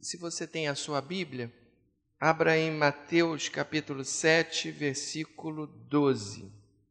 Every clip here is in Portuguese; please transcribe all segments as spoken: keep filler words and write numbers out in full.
se você tem a sua Bíblia, abra em Mateus capítulo sete, versículo doze.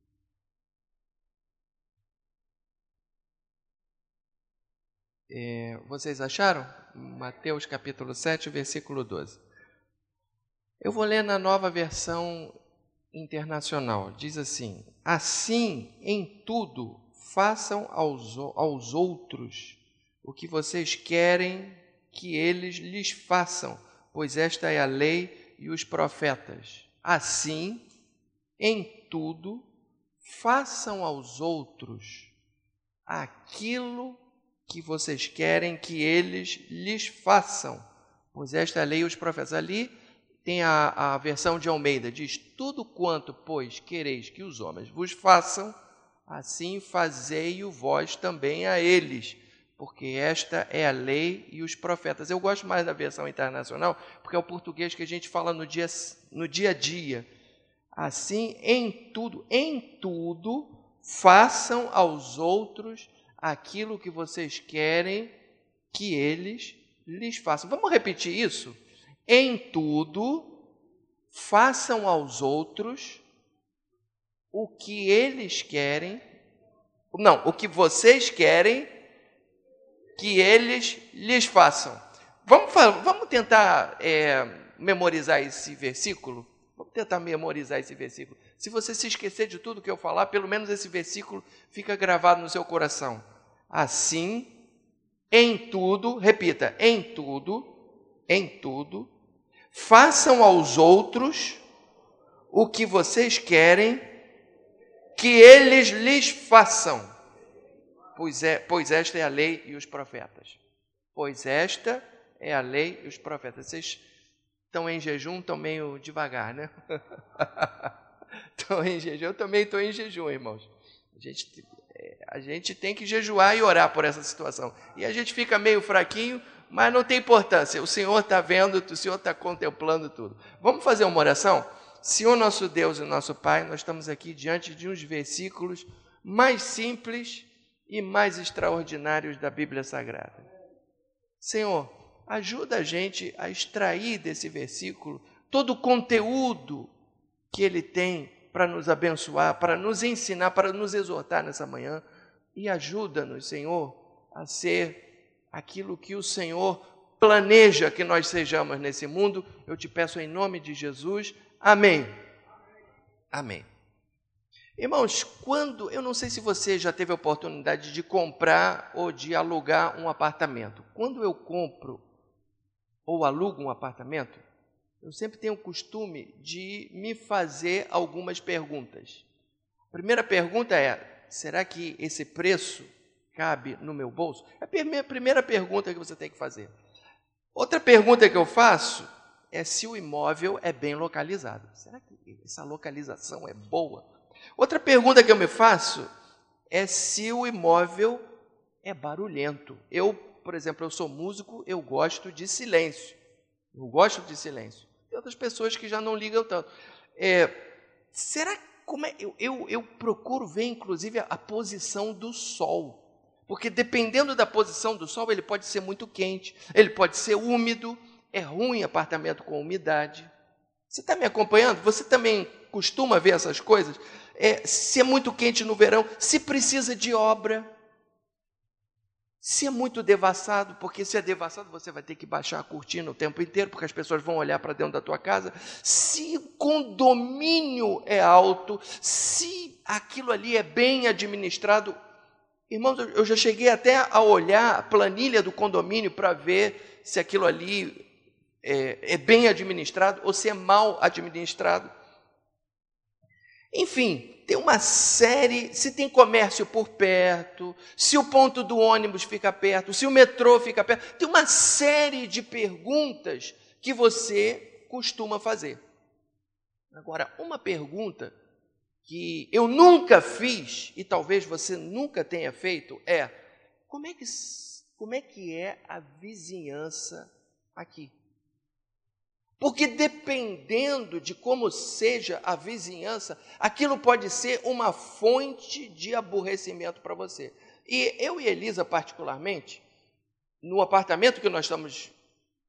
É, vocês acharam? Mateus capítulo sete, versículo doze. Eu vou ler na Nova Versão Internacional. Diz assim: assim, em tudo, façam aos, aos outros o que vocês querem que eles lhes façam, pois esta é a lei e os profetas. Assim, em tudo, façam aos outros aquilo que vocês querem que eles lhes façam, pois esta é a lei e os profetas. Ali tem a, a versão de Almeida, diz: tudo quanto, pois, quereis que os homens vos façam, assim fazei-o vós também a eles, porque esta é a lei e os profetas. Eu gosto mais da versão internacional, porque é o português que a gente fala no dia, no dia a dia. Assim, em tudo, em tudo, façam aos outros aquilo que vocês querem que eles lhes façam. Vamos repetir isso? Em tudo, façam aos outros o que eles querem, não, o que vocês querem que eles lhes façam. Vamos, vamos tentar é, memorizar esse versículo? Vamos tentar memorizar esse versículo. Se você se esquecer de tudo que eu falar, pelo menos esse versículo fica gravado no seu coração. Assim, em tudo, repita, em tudo, em tudo, façam aos outros o que vocês querem que eles lhes façam, pois, é, pois esta é a lei e os profetas. Pois esta é a lei e os profetas. Vocês estão em jejum, estão meio devagar, né? Estão em jejum, eu também estou em jejum, irmãos. A gente, a gente tem que jejuar e orar por essa situação. E a gente fica meio fraquinho, mas não tem importância. O Senhor está vendo, o Senhor está contemplando tudo. Vamos fazer uma oração? Senhor nosso Deus e nosso Pai, nós estamos aqui diante de uns versículos mais simples e mais extraordinários da Bíblia Sagrada. Senhor, ajuda a gente a extrair desse versículo todo o conteúdo que ele tem para nos abençoar, para nos ensinar, para nos exortar nessa manhã. E ajuda-nos, Senhor, a ser aquilo que o Senhor planeja que nós sejamos nesse mundo. Eu te peço em nome de Jesus. Amém. Amém. Irmãos, quando, eu não sei se você já teve a oportunidade de comprar ou de alugar um apartamento. Quando eu compro ou alugo um apartamento, eu sempre tenho o costume de me fazer algumas perguntas. A primeira pergunta é: será que esse preço cabe no meu bolso? É a primeira pergunta que você tem que fazer. Outra pergunta que eu faço é se o imóvel é bem localizado. Será que essa localização é boa? Outra pergunta que eu me faço é se o imóvel é barulhento. Eu, por exemplo, eu sou músico, eu gosto de silêncio. Eu gosto de silêncio. Tem outras pessoas que já não ligam tanto. É, será como é? Eu, eu, eu procuro ver, inclusive, a, a posição do sol. Porque dependendo da posição do sol, ele pode ser muito quente, ele pode ser úmido. É ruim apartamento com umidade. Você está me acompanhando? Você também costuma ver essas coisas? É, se é muito quente no verão, se precisa de obra. Se é muito devassado, porque se é devassado, você vai ter que baixar a cortina o tempo inteiro, porque as pessoas vão olhar para dentro da tua casa. Se o condomínio é alto, se aquilo ali é bem administrado. Irmãos, eu já cheguei até a olhar a planilha do condomínio para ver se aquilo ali é, é bem administrado ou se é mal administrado. Enfim, tem uma série, se tem comércio por perto, se o ponto do ônibus fica perto, se o metrô fica perto, tem uma série de perguntas que você costuma fazer. Agora, uma pergunta que eu nunca fiz, e talvez você nunca tenha feito, é: como é que, como é, que é a vizinhança aqui? Porque dependendo de como seja a vizinhança, aquilo pode ser uma fonte de aborrecimento para você. E eu e Elisa, particularmente, no apartamento que nós estamos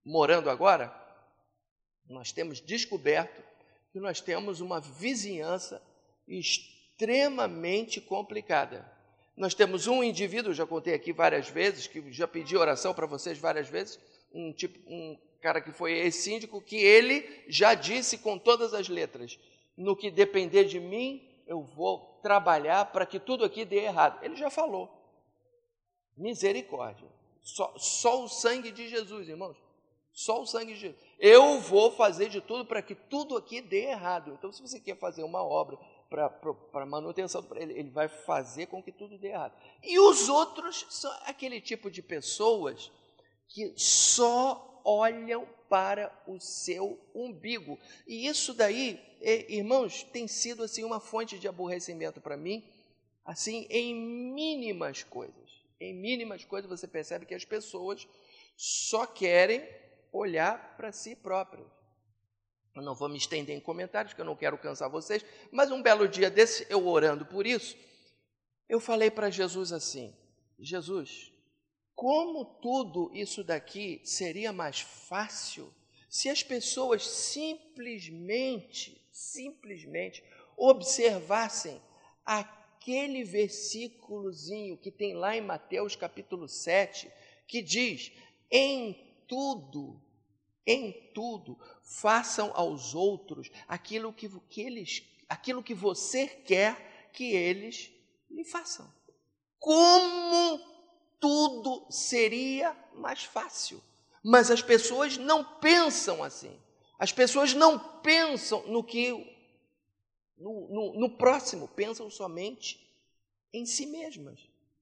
morando agora, nós temos descoberto que nós temos uma vizinhança extremamente complicada. Nós temos um indivíduo, já contei aqui várias vezes, que já pedi oração para vocês várias vezes, um, tipo, um cara que foi ex-síndico, que ele já disse com todas as letras, no que depender de mim, eu vou trabalhar para que tudo aqui dê errado. Ele já falou. Misericórdia. Só, só o sangue de Jesus, irmãos. Só o sangue de Jesus. Eu vou fazer de tudo para que tudo aqui dê errado. Então, se você quer fazer uma obra para manutenção, ele, ele vai fazer com que tudo dê errado. E os outros são aquele tipo de pessoas que só olham para o seu umbigo. E isso daí, irmãos, tem sido assim uma fonte de aborrecimento para mim, assim, em mínimas coisas. Em mínimas coisas você percebe que as pessoas só querem olhar para si próprias. Eu não vou me estender em comentários, porque eu não quero cansar vocês, mas um belo dia desse, eu orando por isso, eu falei para Jesus assim, Jesus, como tudo isso daqui seria mais fácil se as pessoas simplesmente, simplesmente observassem aquele versículozinho que tem lá em Mateus capítulo sete, que diz, em tudo, em tudo, façam aos outros aquilo que, que, eles, aquilo que você quer que eles lhe façam. Como tudo seria mais fácil. Mas as pessoas não pensam assim. As pessoas não pensam no que no, no, no próximo, pensam somente em si mesmas.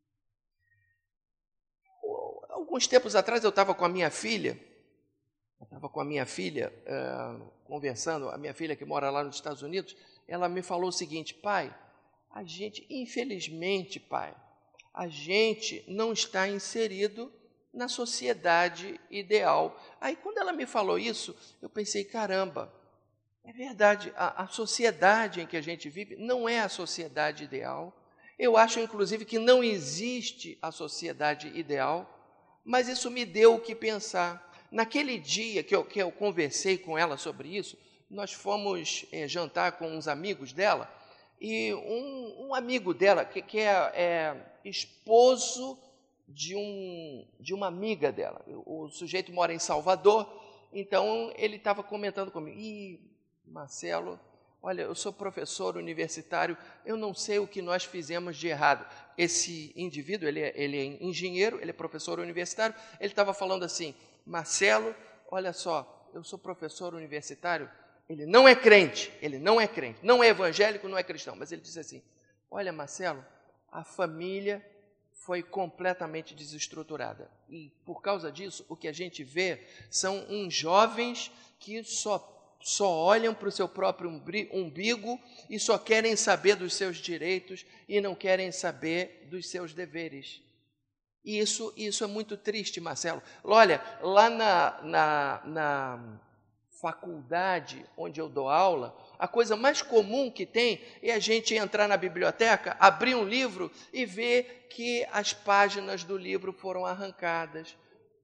Alguns tempos atrás eu estava com a minha filha, eu estava com a minha filha uh, conversando, a minha filha que mora lá nos Estados Unidos, ela me falou o seguinte, pai, a gente, infelizmente, pai, a gente não está inserido na sociedade ideal. Aí, quando ela me falou isso, eu pensei, caramba, é verdade, a, a sociedade em que a gente vive não é a sociedade ideal. Eu acho, inclusive, que não existe a sociedade ideal, mas isso me deu o que pensar. Naquele dia que eu, que eu conversei com ela sobre isso, nós fomos é, jantar com uns amigos dela, e um, um amigo dela, que, que é, é esposo de, um, de uma amiga dela, o, o sujeito mora em Salvador, então ele estava comentando comigo, ih, Marcelo, olha, eu sou professor universitário, eu não sei o que nós fizemos de errado. Esse indivíduo, ele é, ele é engenheiro, ele é professor universitário, ele estava falando assim, Marcelo, olha só, eu sou professor universitário, ele não é crente, ele não é crente, não é evangélico, não é cristão, mas ele disse assim, olha Marcelo, a família foi completamente desestruturada e por causa disso, o que a gente vê são uns jovens que só só olham para o seu próprio umbigo e só querem saber dos seus direitos e não querem saber dos seus deveres. E isso, isso é muito triste, Marcelo. Olha, lá na, na, na faculdade onde eu dou aula, a coisa mais comum que tem é a gente entrar na biblioteca, abrir um livro e ver que as páginas do livro foram arrancadas.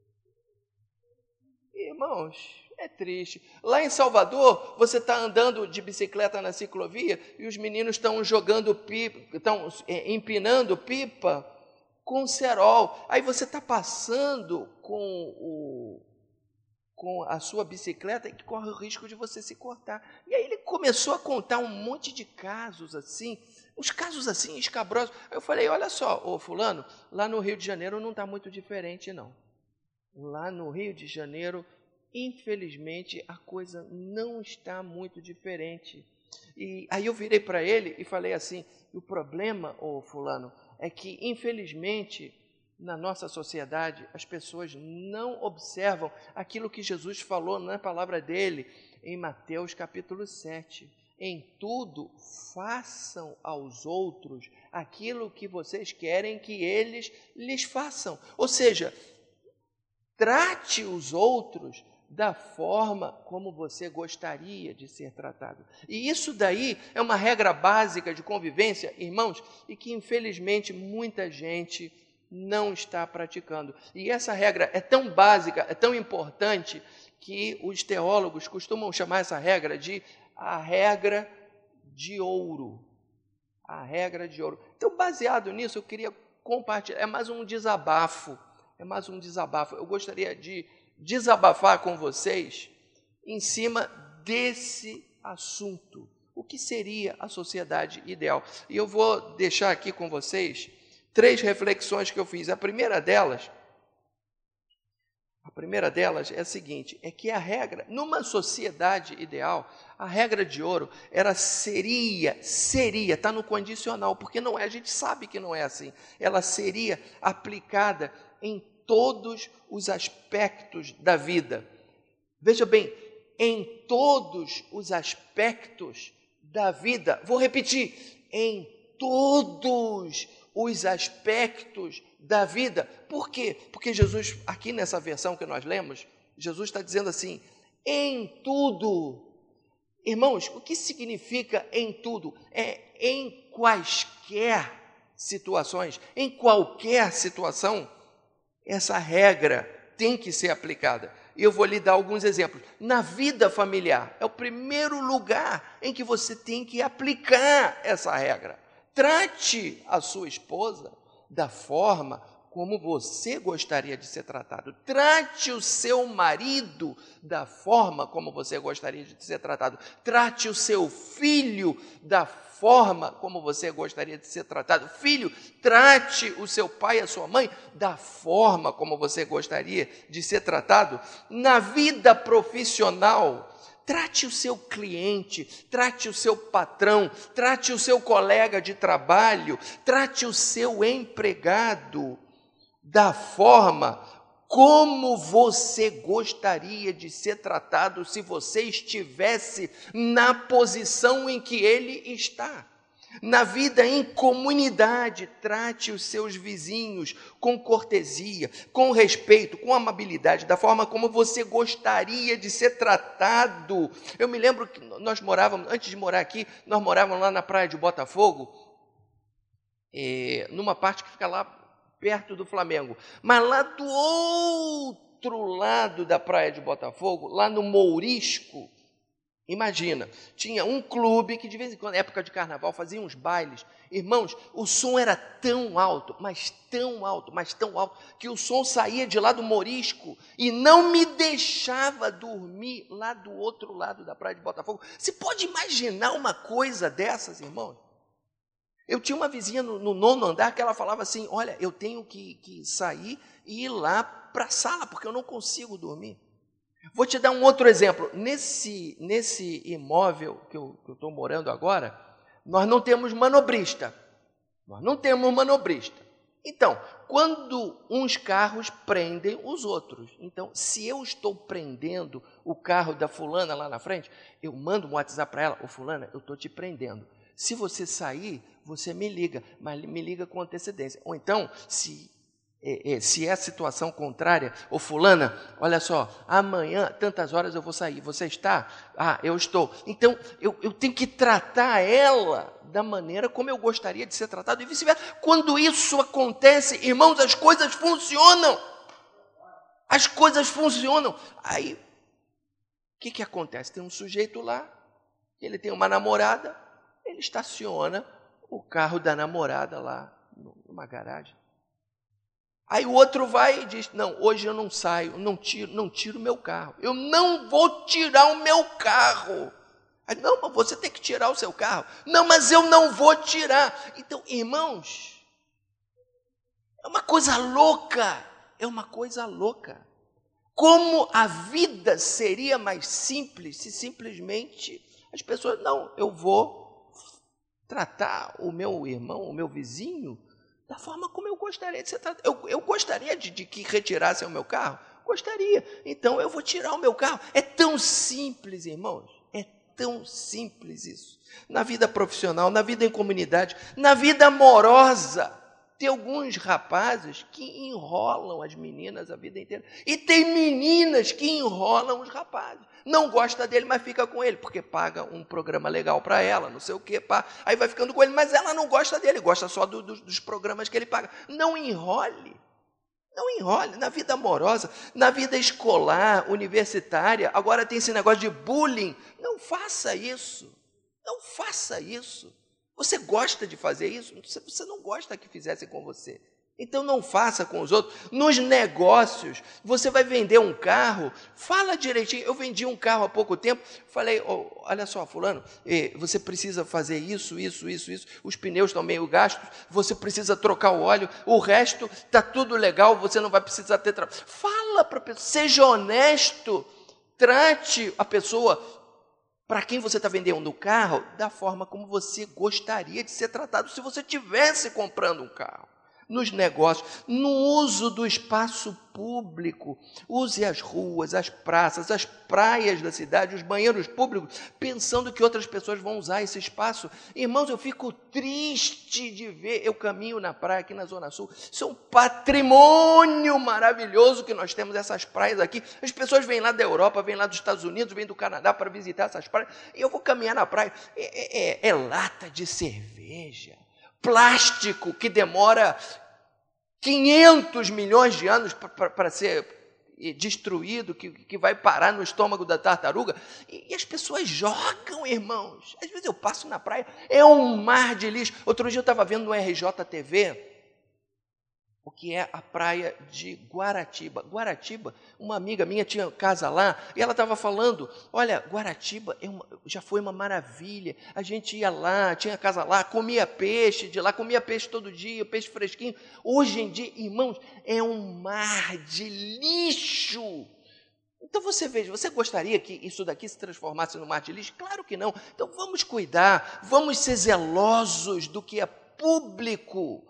Irmãos, é triste. Lá em Salvador, você está andando de bicicleta na ciclovia e os meninos estão jogando pipa, estão empinando pipa com cerol. Aí você está passando com, o, com a sua bicicleta e corre o risco de você se cortar. E aí ele começou a contar um monte de casos assim, uns casos assim escabrosos. Aí eu falei, olha só, ô fulano, lá no Rio de Janeiro não está muito diferente não. Lá no Rio de Janeiro, infelizmente, a coisa não está muito diferente. E aí eu virei para ele e falei assim, o problema, ô fulano, é que, infelizmente, na nossa sociedade, as pessoas não observam aquilo que Jesus falou na palavra dele, em Mateus capítulo sete. Em tudo, façam aos outros aquilo que vocês querem que eles lhes façam. Ou seja, trate os outros da forma como você gostaria de ser tratado. E isso daí é uma regra básica de convivência, irmãos, e que infelizmente muita gente não está praticando. E essa regra é tão básica, é tão importante, que os teólogos costumam chamar essa regra de a regra de ouro. A regra de ouro. Então, baseado nisso, eu queria compartilhar. É mais um desabafo. É mais um desabafo. Eu gostaria de desabafar com vocês em cima desse assunto. O que seria a sociedade ideal? E eu vou deixar aqui com vocês três reflexões que eu fiz. A primeira delas, a primeira delas é a seguinte, é que a regra, numa sociedade ideal, a regra de ouro, ela seria, seria, está no condicional, porque não é, a gente sabe que não é assim, ela seria aplicada em todos os aspectos da vida. Veja bem, em todos os aspectos da vida, vou repetir, em todos os aspectos da vida. Por quê? Porque Jesus, aqui nessa versão que nós lemos, Jesus está dizendo assim, em tudo. Irmãos, o que significa em tudo? É em quaisquer situações, em qualquer situação, essa regra tem que ser aplicada. E eu vou lhe dar alguns exemplos. Na vida familiar, é o primeiro lugar em que você tem que aplicar essa regra. Trate a sua esposa da forma como você gostaria de ser tratado. Trate o seu marido da forma como você gostaria de ser tratado. Trate o seu filho da forma como você gostaria de ser tratado. Filho, trate o seu pai e a sua mãe da forma como você gostaria de ser tratado. Na vida profissional, trate o seu cliente, trate o seu patrão, trate o seu colega de trabalho, trate o seu empregado da forma como você gostaria de ser tratado se você estivesse na posição em que ele está. Na vida em comunidade, trate os seus vizinhos com cortesia, com respeito, com amabilidade, da forma como você gostaria de ser tratado. Eu me lembro que nós morávamos, antes de morar aqui, nós morávamos lá na praia de Botafogo, é, numa parte que fica lá perto do Flamengo. Mas lá do outro lado da praia de Botafogo, lá no Mourisco, imagina, tinha um clube que de vez em quando, época de carnaval, fazia uns bailes. Irmãos, o som era tão alto, mas tão alto, mas tão alto, que o som saía de lá do Mourisco e não me deixava dormir lá do outro lado da praia de Botafogo. Você pode imaginar uma coisa dessas, irmãos? Eu tinha uma vizinha no, no nono andar que ela falava assim, olha, eu tenho que, que sair e ir lá para a sala, porque eu não consigo dormir. Vou te dar um outro exemplo. Nesse, nesse imóvel que eu estou morando agora, nós não temos manobrista. Nós não temos manobrista. Então, quando uns carros prendem os outros, então, se eu estou prendendo o carro da fulana lá na frente, eu mando um WhatsApp para ela, ô fulana, eu estou te prendendo. Se você sair, você me liga, mas me liga com antecedência. Ou então, se é, é, se é a situação contrária, ô fulana, olha só, amanhã, tantas horas eu vou sair, você está? Ah, eu estou. Então, eu, eu tenho que tratar ela da maneira como eu gostaria de ser tratado e vice-versa. Quando isso acontece, irmãos, as coisas funcionam. As coisas funcionam. Aí, o que, que acontece? Tem um sujeito lá, ele tem uma namorada, ele estaciona o carro da namorada lá numa garagem. Aí o outro vai e diz, não, hoje eu não saio, não tiro, não tiro o meu carro. Eu não vou tirar o meu carro. Aí, não, mas você tem que tirar o seu carro. Não, mas eu não vou tirar. Então, irmãos, é uma coisa louca, é uma coisa louca. Como a vida seria mais simples se simplesmente as pessoas, não, eu vou tratar o meu irmão, o meu vizinho, da forma como eu gostaria de ser tratado. Eu, eu gostaria de, de que retirassem o meu carro? Gostaria. Então, eu vou tirar o meu carro. É tão simples, irmãos. É tão simples isso. Na vida profissional, na vida em comunidade, na vida amorosa. Tem alguns rapazes que enrolam as meninas a vida inteira. E tem meninas que enrolam os rapazes. Não gosta dele, mas fica com ele, porque paga um programa legal para ela, não sei o quê, pá. Aí vai ficando com ele, mas ela não gosta dele, gosta só do, do, dos programas que ele paga. Não enrole, não enrole. Na vida amorosa, na vida escolar, universitária, agora tem esse negócio de bullying. Não faça isso, não faça isso. Você gosta de fazer isso? Você não gosta que fizessem com você. Então não faça com os outros. Nos negócios, você vai vender um carro, fala direitinho. Eu vendi um carro há pouco tempo, falei, oh, olha só, fulano, você precisa fazer isso, isso, isso, isso, os pneus estão meio gastos, você precisa trocar o óleo, o resto está tudo legal, você não vai precisar ter trabalho. Fala para a pessoa, seja honesto, trate a pessoa para quem você está vendendo o carro da forma como você gostaria de ser tratado se você estivesse comprando um carro. Nos negócios, no uso do espaço público, use as ruas, as praças, as praias da cidade, os banheiros públicos, pensando que outras pessoas vão usar esse espaço. Irmãos, eu fico triste de ver, eu caminho na praia aqui na Zona Sul, isso é um patrimônio maravilhoso que nós temos, essas praias aqui. As pessoas vêm lá da Europa, vêm lá dos Estados Unidos, vêm do Canadá para visitar essas praias, e eu vou caminhar na praia, é, é, é lata de cerveja, plástico que demora quinhentos milhões de anos para ser destruído, que, que vai parar no estômago da tartaruga, e, e as pessoas jogam, irmãos. Às vezes eu passo na praia, é um mar de lixo. Outro dia eu estava vendo no R J T V o que é a praia de Guaratiba. Guaratiba, uma amiga minha tinha casa lá, e ela estava falando, olha, Guaratiba é uma, já foi uma maravilha, a gente ia lá, tinha casa lá, comia peixe de lá, comia peixe todo dia, peixe fresquinho. Hoje em dia, irmãos, é um mar de lixo. Então você veja, você gostaria que isso daqui se transformasse no mar de lixo? Claro que não. Então vamos cuidar, vamos ser zelosos do que é público.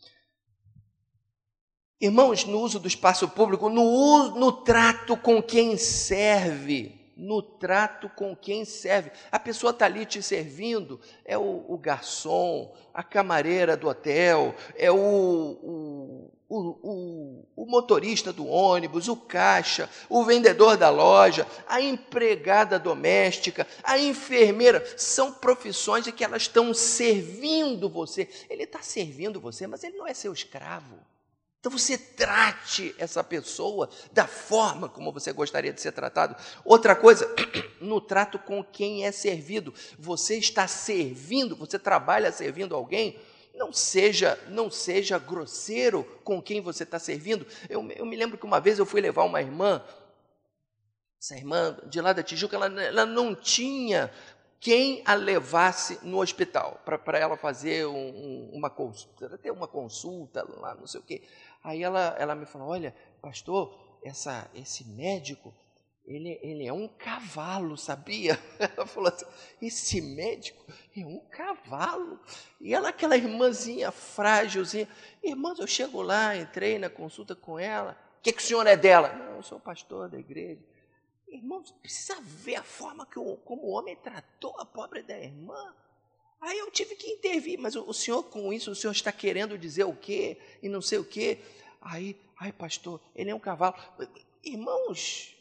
Irmãos, no uso do espaço público, no, uso, no trato com quem serve, no trato com quem serve. A pessoa está ali te servindo, é o, o garçom, a camareira do hotel, é o, o, o, o, o motorista do ônibus, o caixa, o vendedor da loja, a empregada doméstica, a enfermeira. São profissões em que elas estão servindo você. Ele está servindo você, mas ele não é seu escravo. Então você trate essa pessoa da forma como você gostaria de ser tratado. Outra coisa, no trato com quem é servido. Você está servindo, você trabalha servindo alguém, não seja, não seja grosseiro com quem você está servindo. Eu, eu me lembro que uma vez eu fui levar uma irmã, essa irmã de lá da Tijuca, ela, ela não tinha quem a levasse no hospital, para ela fazer um, um, uma consulta, ter uma consulta lá, não sei o quê. Aí ela, ela me falou, olha, pastor, essa, esse médico, ele, ele é um cavalo, sabia? Ela falou assim, esse médico é um cavalo. E ela, aquela irmãzinha frágilzinha, irmãos, eu chego lá, entrei na consulta com ela, o que, que o senhor é dela? Não, eu sou pastor da igreja. Irmãos, precisa ver a forma que o, como o homem tratou a pobre da irmã. Aí eu tive que intervir, mas o, o senhor, com isso, o senhor está querendo dizer o quê? E não sei o quê. Aí, ai, pastor, ele é um cavalo. Irmãos,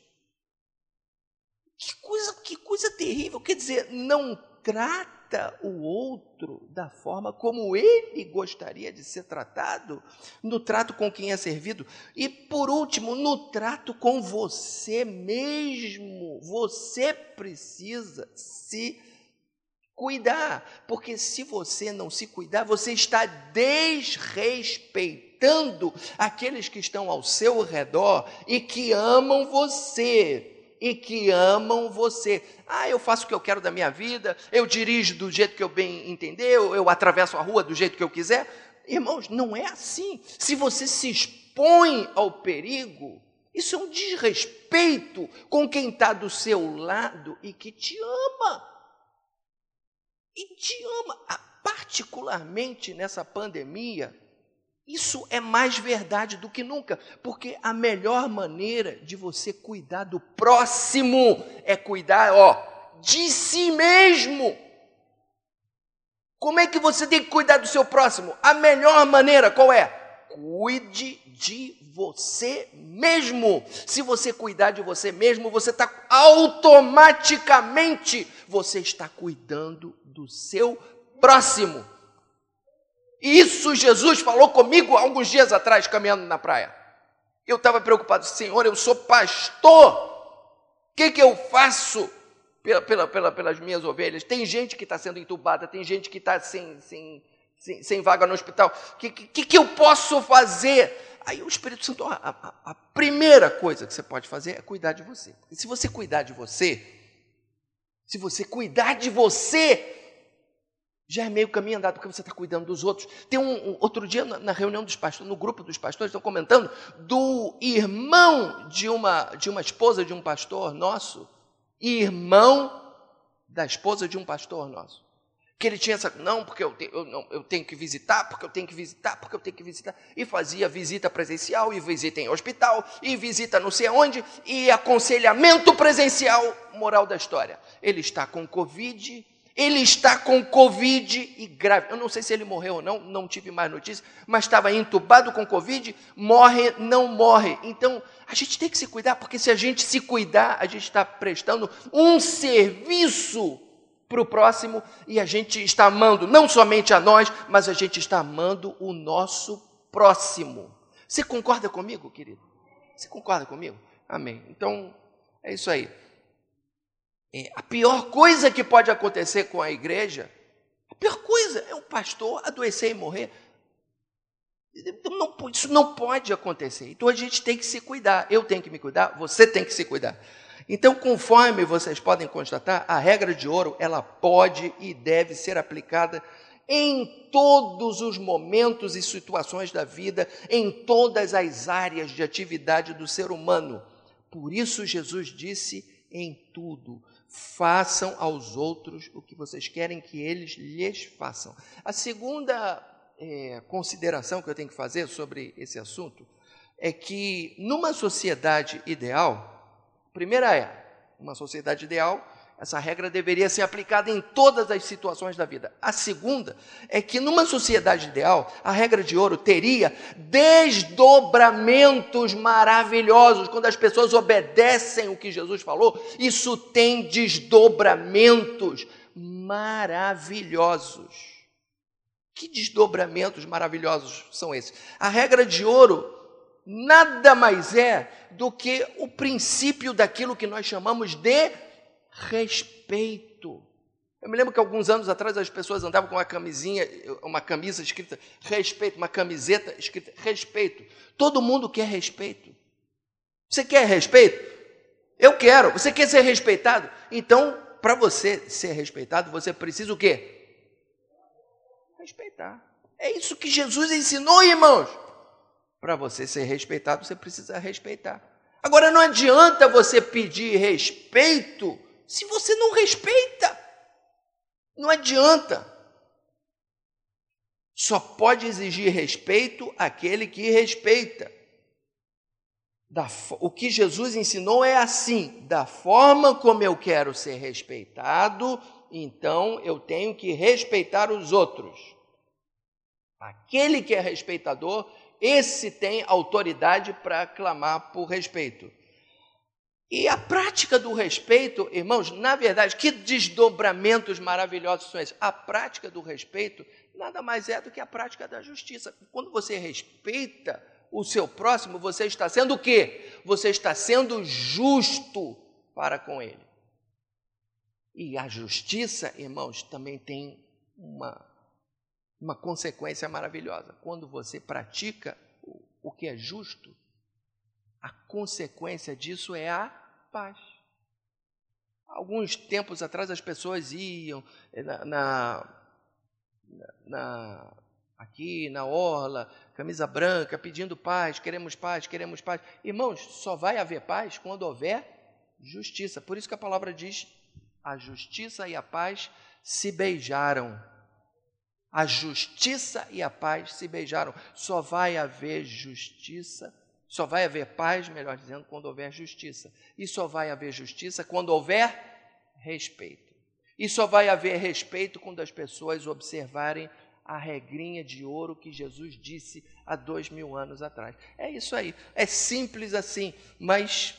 que coisa, que coisa terrível. Quer dizer, não trata o outro da forma como ele gostaria de ser tratado, no trato com quem é servido. E, por último, no trato com você mesmo. Você precisa se cuidar, porque se você não se cuidar, você está desrespeitando aqueles que estão ao seu redor e que amam você. E que amam você. Ah, eu faço o que eu quero da minha vida, eu dirijo do jeito que eu bem entender, eu, eu atravesso a rua do jeito que eu quiser. Irmãos, não é assim. Se você se expõe ao perigo, isso é um desrespeito com quem está do seu lado e que te ama. E te ama, particularmente nessa pandemia. Isso é mais verdade do que nunca, porque a melhor maneira de você cuidar do próximo é cuidar, ó, de si mesmo. Como é que você tem que cuidar do seu próximo? A melhor maneira qual é? cuide de você mesmo. Se você cuidar de você mesmo, você está automaticamente, você está cuidando do seu próximo. Isso Jesus falou comigo alguns dias atrás, caminhando na praia. Eu estava preocupado, Senhor, eu sou pastor, o que, que eu faço pela, pela, pela, pelas minhas ovelhas? Tem gente que está sendo entubada, tem gente que está sem, sem, sem, sem vaga no hospital, o que, que, que eu posso fazer? Aí o Espírito Santo, a, a, a primeira coisa que você pode fazer é cuidar de você. E se você cuidar de você, se você cuidar de você, já é meio caminho andado, porque você está cuidando dos outros. Tem um, um outro dia, na, na reunião dos pastores, no grupo dos pastores, estão comentando do irmão de uma, de uma esposa de um pastor nosso, irmão da esposa de um pastor nosso, que ele tinha essa, não, porque eu, te, eu, não, eu tenho que visitar, porque eu tenho que visitar, porque eu tenho que visitar, e fazia visita presencial, e visita em hospital, e visita não sei aonde, e aconselhamento presencial, moral da história. Ele está com Covid, ele está com Covid e grave. Eu não sei se ele morreu ou não, não tive mais notícias, mas estava entubado com Covid, morre, não morre. Então, a gente tem que se cuidar, porque se a gente se cuidar, a gente está prestando um serviço para o próximo e a gente está amando não somente a nós, mas a gente está amando o nosso próximo. Você concorda comigo, querido? Você concorda comigo? Amém. Então, é isso aí. É, a pior coisa que pode acontecer com a igreja, a pior coisa é o pastor adoecer e morrer. Não, isso não pode acontecer. Então a gente tem que se cuidar. Eu tenho que me cuidar, você tem que se cuidar. Então, conforme vocês podem constatar, a regra de ouro, ela pode e deve ser aplicada em todos os momentos e situações da vida, em todas as áreas de atividade do ser humano. Por isso Jesus disse, em tudo, façam aos outros o que vocês querem que eles lhes façam. A segunda é, consideração que eu tenho que fazer sobre esse assunto é que numa sociedade ideal, a primeira é, uma sociedade ideal, essa regra deveria ser aplicada em todas as situações da vida. A segunda é que numa sociedade ideal, a regra de ouro teria desdobramentos maravilhosos. Quando as pessoas obedecem o que Jesus falou, isso tem desdobramentos maravilhosos. Que desdobramentos maravilhosos são esses? A regra de ouro nada mais é do que o princípio daquilo que nós chamamos de respeito. Eu me lembro que alguns anos atrás as pessoas andavam com uma camisinha, uma camisa escrita respeito, uma camiseta escrita respeito. Todo mundo quer respeito. Você quer respeito? Eu quero. Você quer ser respeitado? Então, para você ser respeitado, você precisa o quê? Respeitar. É isso que Jesus ensinou, irmãos. Para você ser respeitado, você precisa respeitar. Agora, não adianta você pedir respeito se você não respeita. Não adianta. Só pode exigir respeito aquele que respeita. Da, o que Jesus ensinou é assim, da forma como eu quero ser respeitado, então eu tenho que respeitar os outros. Aquele que é respeitador, esse tem autoridade para clamar por respeito. E a prática do respeito, irmãos, na verdade, que desdobramentos maravilhosos são esses? A prática do respeito nada mais é do que a prática da justiça. Quando você respeita o seu próximo, você está sendo o quê? Você está sendo justo para com ele. E a justiça, irmãos, também tem uma, uma consequência maravilhosa. Quando você pratica o, o que é justo, a consequência disso é a paz. Alguns tempos atrás as pessoas iam na, na, na, aqui na orla, camisa branca, pedindo paz, queremos paz, queremos paz. Irmãos, só vai haver paz quando houver justiça. Por isso que a palavra diz, a justiça e a paz se beijaram. A justiça e a paz se beijaram. Só vai haver justiça Só vai haver paz, melhor dizendo, quando houver justiça. E só vai haver justiça quando houver respeito. E só vai haver respeito quando as pessoas observarem a regrinha de ouro que Jesus disse há dois mil anos atrás. É isso aí, é simples assim, mas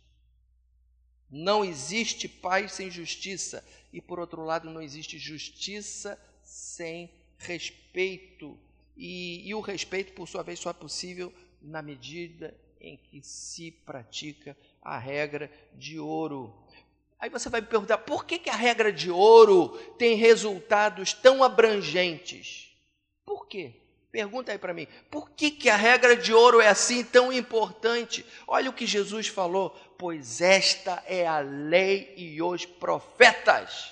não existe paz sem justiça, e por outro lado não existe justiça sem respeito, e, e o respeito, por sua vez, só é possível na medida em que se pratica a regra de ouro. Aí você vai me perguntar, por que, que a regra de ouro tem resultados tão abrangentes? Por quê? Pergunta aí para mim, por que, que a regra de ouro é assim tão importante? Olha o que Jesus falou, pois esta é a lei e os profetas.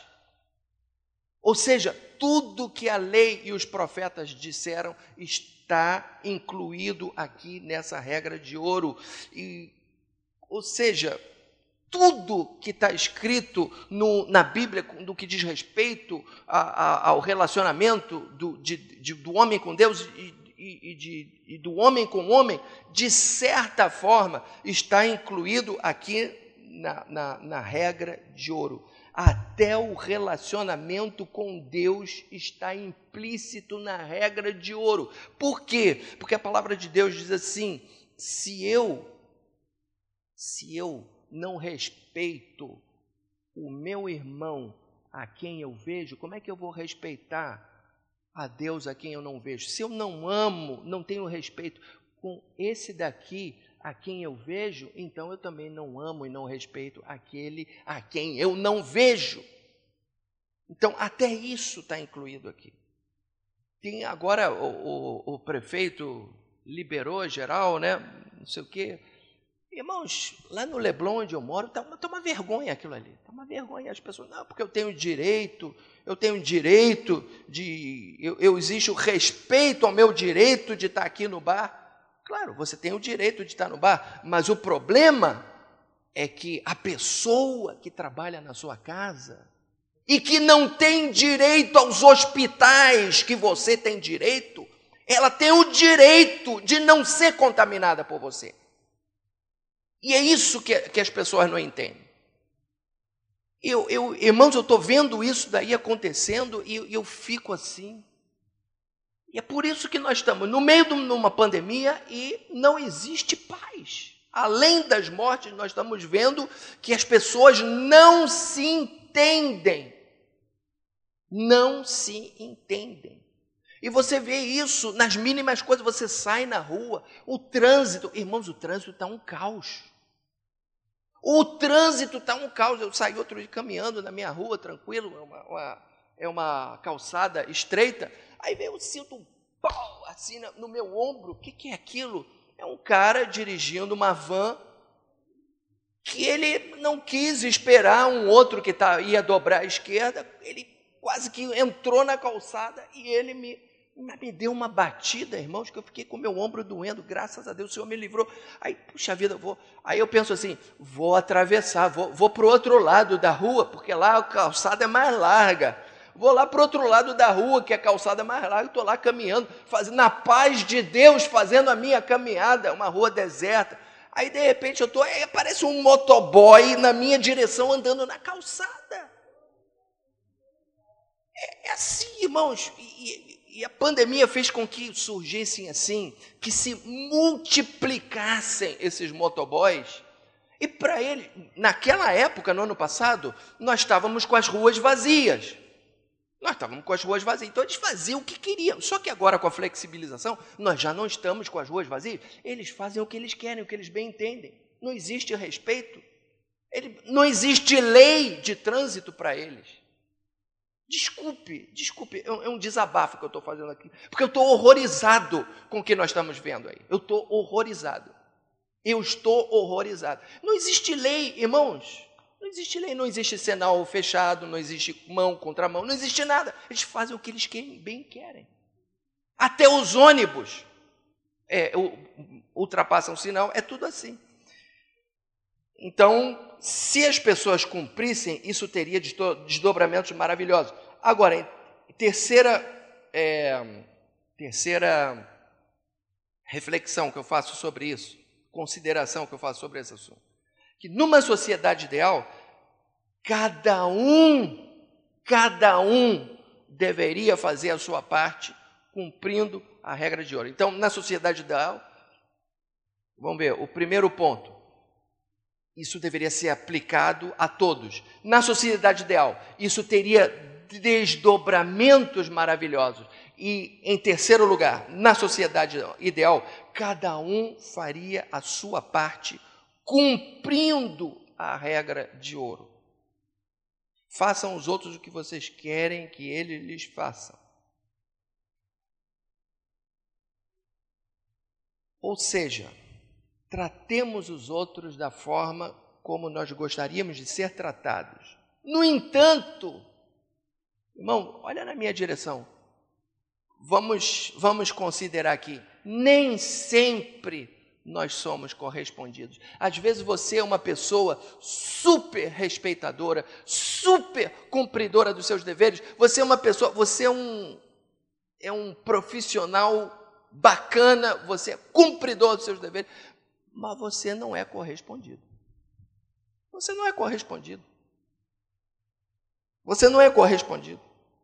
Ou seja, tudo que a lei e os profetas disseram está incluído aqui nessa regra de ouro. E, ou seja, tudo que está escrito no, na Bíblia, no que diz respeito a, a, ao relacionamento do, de, de, do homem com Deus e, e, e, de, e do homem com o homem, de certa forma, está incluído aqui na, na, na regra de ouro. Até o relacionamento com Deus está implícito na regra de ouro. Por quê? Porque a palavra de Deus diz assim, se eu, se eu não respeito o meu irmão a quem eu vejo, como é que eu vou respeitar a Deus a quem eu não vejo? Se eu não amo, não tenho respeito com esse daqui a quem eu vejo, então eu também não amo e não respeito aquele a quem eu não vejo. Então, até isso está incluído aqui. Tem agora o, o, o prefeito liberou geral, né? Não sei o quê. Irmãos, lá no Leblon, onde eu moro, está uma, tá uma vergonha aquilo ali. Está uma vergonha. As pessoas, não, porque eu tenho direito, eu tenho direito de... Eu, eu existe o respeito ao meu direito de estar aqui no bar. Claro, você tem o direito de estar no bar, mas o problema é que a pessoa que trabalha na sua casa e que não tem direito aos hospitais que você tem direito, ela tem o direito de não ser contaminada por você. E é isso que, que as pessoas não entendem. Eu, eu, irmãos, eu estou vendo isso daí acontecendo e eu, eu fico assim. E é por isso que nós estamos no meio de uma pandemia e não existe paz. Além das mortes, nós estamos vendo que as pessoas não se entendem. Não se entendem. E você vê isso nas mínimas coisas, você sai na rua, o trânsito, irmãos, o trânsito está um caos. O trânsito está um caos. Eu saí outro dia caminhando na minha rua, tranquilo, é uma, uma, é uma calçada estreita. Aí veio, eu sinto um pau assim no meu ombro. O que, que é aquilo? É um cara dirigindo uma van que ele não quis esperar um outro que tá, ia dobrar à esquerda. Ele quase que entrou na calçada e ele me, me deu uma batida, irmãos, que eu fiquei com o meu ombro doendo. Graças a Deus, o Senhor me livrou. Aí, puxa vida, eu vou... Aí eu penso assim, vou atravessar, vou, vou para o outro lado da rua, porque lá a calçada é mais larga. Vou lá para o outro lado da rua, que a calçada é mais larga, estou lá caminhando, fazendo, na paz de Deus, fazendo a minha caminhada, uma rua deserta. Aí, de repente, eu estou, aí aparece um motoboy na minha direção, andando na calçada. É, é assim, irmãos, e, e a pandemia fez com que surgissem assim, que se multiplicassem esses motoboys. E para ele, naquela época, no ano passado, nós estávamos com as ruas vazias. Nós estávamos com as ruas vazias, então eles faziam o que queriam. Só que agora, com a flexibilização, nós já não estamos com as ruas vazias. Eles fazem o que eles querem, o que eles bem entendem. Não existe respeito. Ele, não existe lei de trânsito para eles. Desculpe, desculpe, é um desabafo que eu estou fazendo aqui, porque eu estou horrorizado com o que nós estamos vendo aí. Eu estou horrorizado. Eu estou horrorizado. Não existe lei, irmãos. Não existe lei, não existe sinal fechado, não existe mão contra mão, não existe nada. Eles fazem o que eles querem, bem querem. Até os ônibus é, ultrapassam o sinal, é tudo assim. Então, se as pessoas cumprissem, isso teria desdobramentos maravilhosos. Agora, terceira, é, terceira reflexão que eu faço sobre isso, consideração que eu faço sobre esse assunto, que numa sociedade ideal, cada um, cada um deveria fazer a sua parte cumprindo a regra de ouro. Então, na sociedade ideal, vamos ver, o primeiro ponto, isso deveria ser aplicado a todos. Na sociedade ideal, isso teria desdobramentos maravilhosos. E, em terceiro lugar, na sociedade ideal, cada um faria a sua parte, cumprindo a regra de ouro. Façam os outros o que vocês querem que eles lhes façam. Ou seja, tratemos os outros da forma como nós gostaríamos de ser tratados. No entanto, irmão, olha na minha direção. Vamos, vamos considerar aqui, nem sempre nós somos correspondidos. Às vezes você é uma pessoa super respeitadora, super cumpridora dos seus deveres. Você é uma pessoa, você é um, é um profissional bacana, você é cumpridor dos seus deveres, mas você não é correspondido. Você não é correspondido. Você não é correspondido.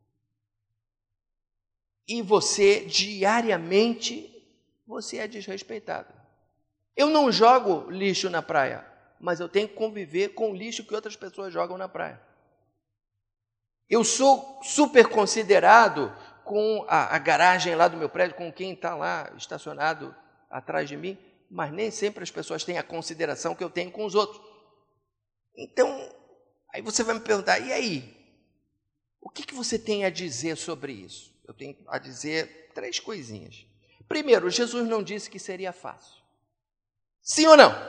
E você, diariamente, você é desrespeitado. Eu não jogo lixo na praia, mas eu tenho que conviver com o lixo que outras pessoas jogam na praia. Eu sou super considerado com a, a garagem lá do meu prédio, com quem está lá estacionado atrás de mim, mas nem sempre as pessoas têm a consideração que eu tenho com os outros. Então, aí você vai me perguntar, e aí? O que, que você tem a dizer sobre isso? Eu tenho a dizer três coisinhas. Primeiro, Jesus não disse que seria fácil. Sim ou não?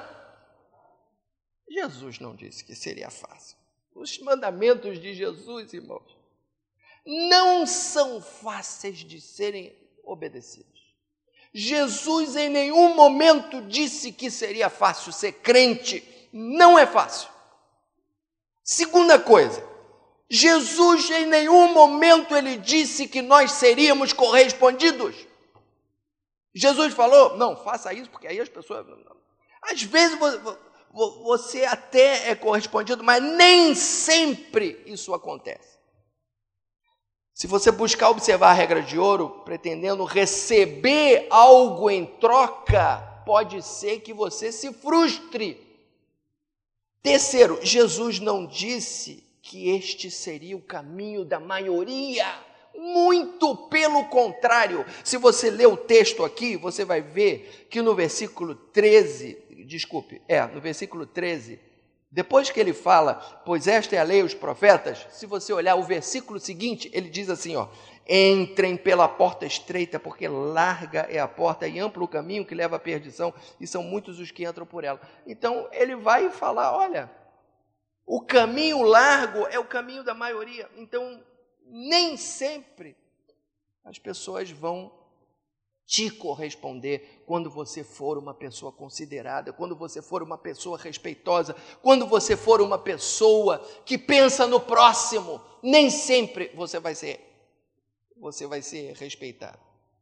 Jesus não disse que seria fácil. Os mandamentos de Jesus, irmãos, não são fáceis de serem obedecidos. Jesus em nenhum momento disse que seria fácil ser crente. Não é fácil. Segunda coisa, Jesus em nenhum momento ele disse que nós seríamos correspondidos. Jesus falou, não, faça isso, porque aí as pessoas... Às vezes você até é correspondido, mas nem sempre isso acontece. Se você buscar observar a regra de ouro, pretendendo receber algo em troca, pode ser que você se frustre. Terceiro, Jesus não disse que este seria o caminho da maioria. Muito pelo contrário. Se você ler o texto aqui, você vai ver que no versículo treze, desculpe, é, no versículo treze, depois que ele fala, pois esta é a lei e os profetas, se você olhar o versículo seguinte, ele diz assim, ó, entrem pela porta estreita, porque larga é a porta e amplo o caminho que leva à perdição, e são muitos os que entram por ela. Então, ele vai falar, olha, o caminho largo é o caminho da maioria, então, nem sempre as pessoas vão te corresponder quando você for uma pessoa considerada, quando você for uma pessoa respeitosa, quando você for uma pessoa que pensa no próximo, nem sempre você vai ser, você vai ser respeitado.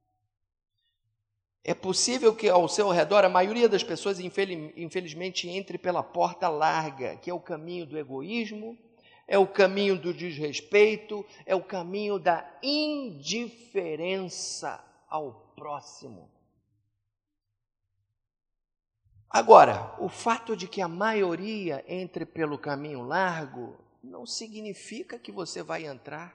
É possível que ao seu redor a maioria das pessoas, infelizmente, entre pela porta larga, que é o caminho do egoísmo, é o caminho do desrespeito, é o caminho da indiferença ao próximo. Agora, o fato de que a maioria entre pelo caminho largo não significa que você vai entrar.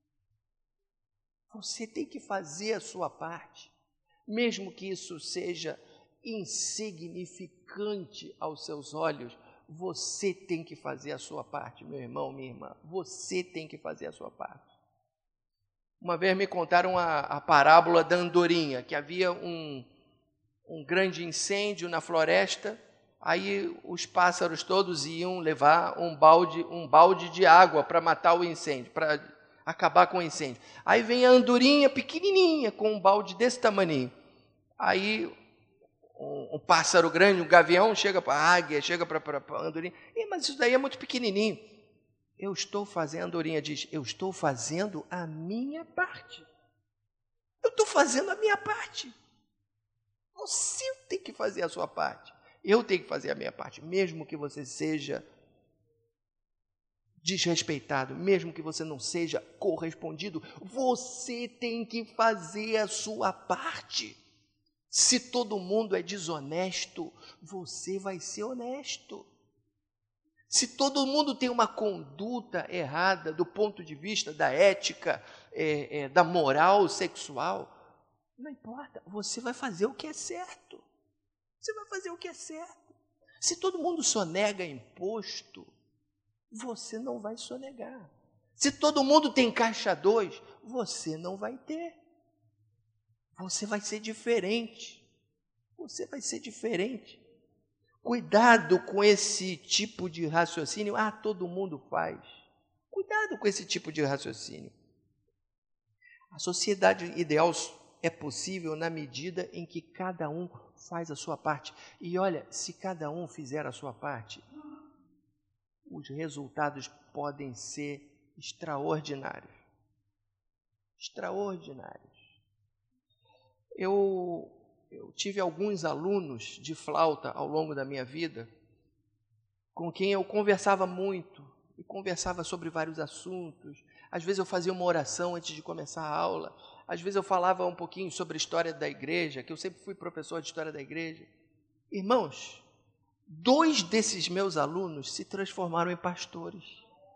Você tem que fazer a sua parte, mesmo que isso seja insignificante aos seus olhos. Você tem que fazer a sua parte, meu irmão, minha irmã. Você tem que fazer a sua parte. Uma vez me contaram a, a parábola da andorinha, que havia um, um grande incêndio na floresta, aí os pássaros todos iam levar um balde, um balde de água para matar o incêndio, para acabar com o incêndio. Aí vem a andorinha pequenininha, com um balde desse tamaninho. Aí um, um pássaro grande, um gavião, chega para a águia, chega para a andorinha. E, mas isso daí é muito pequenininho. Eu estou fazendo, a andorinha diz, eu estou fazendo a minha parte. Eu estou fazendo a minha parte. Você tem que fazer a sua parte. Eu tenho que fazer a minha parte, mesmo que você seja desrespeitado, mesmo que você não seja correspondido, você tem que fazer a sua parte. Se todo mundo é desonesto, você vai ser honesto. Se todo mundo tem uma conduta errada do ponto de vista da ética, é, é, da moral sexual, não importa, você vai fazer o que é certo. Você vai fazer o que é certo. Se todo mundo sonega imposto, você não vai sonegar. Se todo mundo tem caixa dois, você não vai ter. Você vai ser diferente. Você vai ser diferente. Cuidado com esse tipo de raciocínio. Ah, todo mundo faz. Cuidado com esse tipo de raciocínio. A sociedade ideal é possível na medida em que cada um faz a sua parte. E olha, se cada um fizer a sua parte, os resultados podem ser extraordinários. Extraordinários. Eu, eu tive alguns alunos de flauta ao longo da minha vida, com quem eu conversava muito, e conversava sobre vários assuntos. Às vezes eu fazia uma oração antes de começar a aula, às vezes eu falava um pouquinho sobre a história da igreja, que eu sempre fui professor de história da igreja. Irmãos, dois desses meus alunos se transformaram em pastores.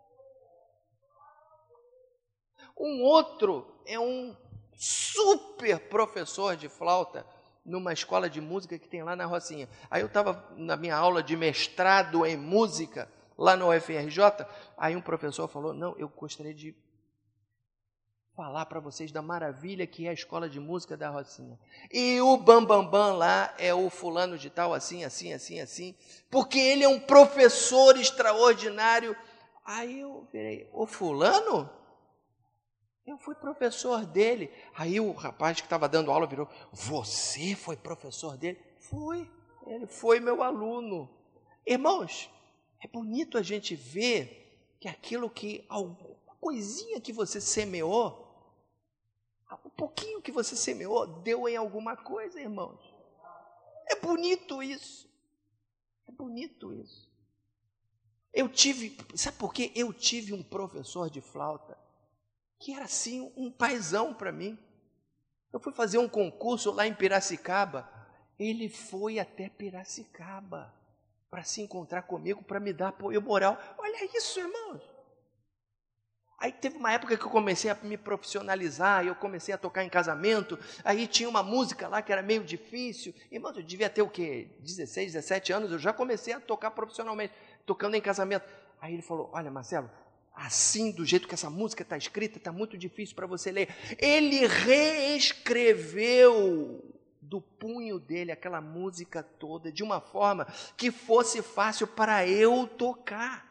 Um outro é um super professor de flauta numa escola de música que tem lá na Rocinha. Aí eu estava na minha aula de mestrado em música, lá no U F R J, aí um professor falou, não, eu gostaria de falar para vocês da maravilha que é a escola de música da Rocinha. E o Bambambam Bam Bam lá é o fulano de tal, assim, assim, assim, assim, porque ele é um professor extraordinário. Aí eu virei, o fulano? Eu fui professor dele. Aí o rapaz que estava dando aula virou, você foi professor dele? Fui, ele foi meu aluno. Irmãos, é bonito a gente ver que aquilo que, alguma coisinha que você semeou, um pouquinho que você semeou, deu em alguma coisa, irmãos. É bonito isso. É bonito isso. Eu tive, sabe por quê? Eu tive um professor de flauta que era assim um paizão para mim. Eu fui fazer um concurso lá em Piracicaba. Ele foi até Piracicaba para se encontrar comigo, para me dar apoio moral. Olha isso, irmãos. Aí teve uma época que eu comecei a me profissionalizar, eu comecei a tocar em casamento, aí tinha uma música lá que era meio difícil. Irmão, eu devia ter o quê? dezesseis, dezessete anos, eu já comecei a tocar profissionalmente, tocando em casamento. Aí ele falou, olha Marcelo, assim do jeito que essa música está escrita, está muito difícil para você ler. Ele reescreveu do punho dele aquela música toda de uma forma que fosse fácil para eu tocar.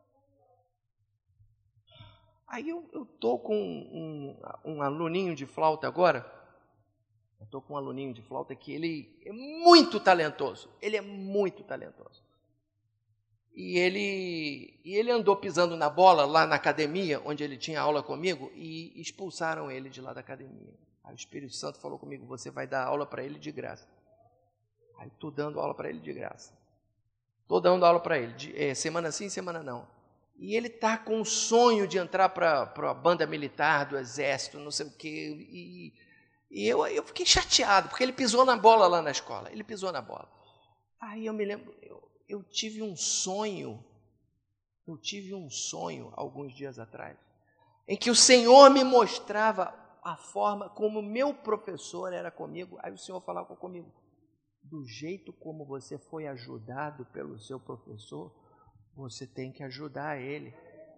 Aí eu estou com um, um aluninho de flauta agora, eu estou com um aluninho de flauta que ele é muito talentoso, ele é muito talentoso. E ele, e ele andou pisando na bola lá na academia, onde ele tinha aula comigo, e expulsaram ele de lá da academia. Aí o Espírito Santo falou comigo, você vai dar aula para ele de graça. Aí estou dando aula para ele de graça. Estou dando aula para ele, de, é, semana sim, semana não. E ele está com o sonho de entrar para a banda militar do exército, não sei o quê. E, e eu, eu fiquei chateado, porque ele pisou na bola lá na escola. Ele pisou na bola. Aí eu me lembro, eu, eu tive um sonho, eu tive um sonho alguns dias atrás, em que o Senhor me mostrava a forma como meu professor era comigo. Aí o Senhor falava comigo, do jeito como você foi ajudado pelo seu professor, você tem que ajudar ele.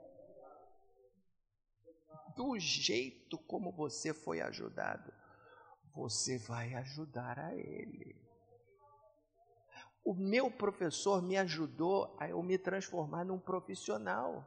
Do jeito como você foi ajudado, você vai ajudar a ele. O meu professor me ajudou a eu me transformar num profissional.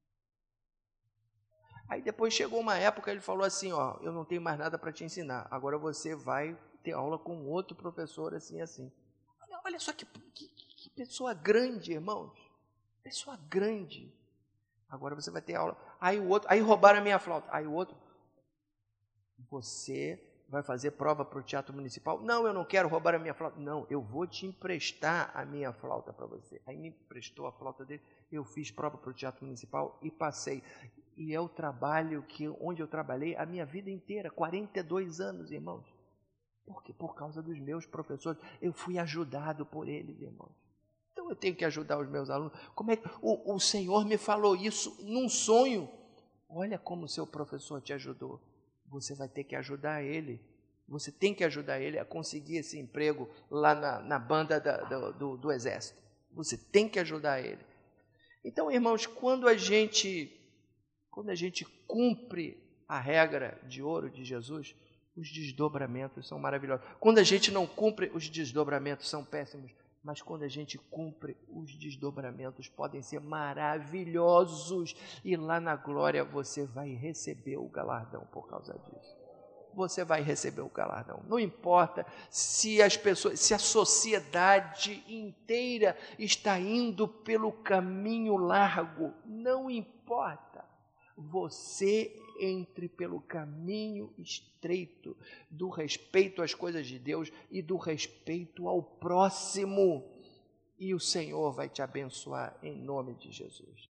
Aí depois chegou uma época, ele falou assim, ó, eu não tenho mais nada para te ensinar, agora você vai ter aula com outro professor assim, assim. Olha, olha só que, que, que pessoa grande, irmãos. Pessoa grande. Agora você vai ter aula. Aí o outro, aí roubaram a minha flauta. Aí o outro, você vai fazer prova para o Teatro Municipal? Não, eu não quero roubar a minha flauta. Não, eu vou te emprestar a minha flauta para você. Aí me emprestou a flauta dele, eu fiz prova para o Teatro Municipal e passei. E é o trabalho que, onde eu trabalhei a minha vida inteira, quarenta e dois anos, irmãos. Por quê? Por causa dos meus professores. Eu fui ajudado por eles, irmãos. Então eu tenho que ajudar os meus alunos. Como é que o, o Senhor me falou isso num sonho? Olha como o seu professor te ajudou. Você vai ter que ajudar ele. Você tem que ajudar ele a conseguir esse emprego lá na, na banda da, do, do, do Exército. Você tem que ajudar ele. Então, irmãos, quando a gente, quando a gente cumpre a regra de ouro de Jesus, os desdobramentos são maravilhosos. Quando a gente não cumpre, os desdobramentos são péssimos. Mas quando a gente cumpre, os desdobramentos podem ser maravilhosos. E lá na glória você vai receber o galardão por causa disso. Você vai receber o galardão. Não importa se as pessoas, se a sociedade inteira está indo pelo caminho largo. Não importa. Você entre pelo caminho estreito do respeito às coisas de Deus e do respeito ao próximo. E o Senhor vai te abençoar em nome de Jesus.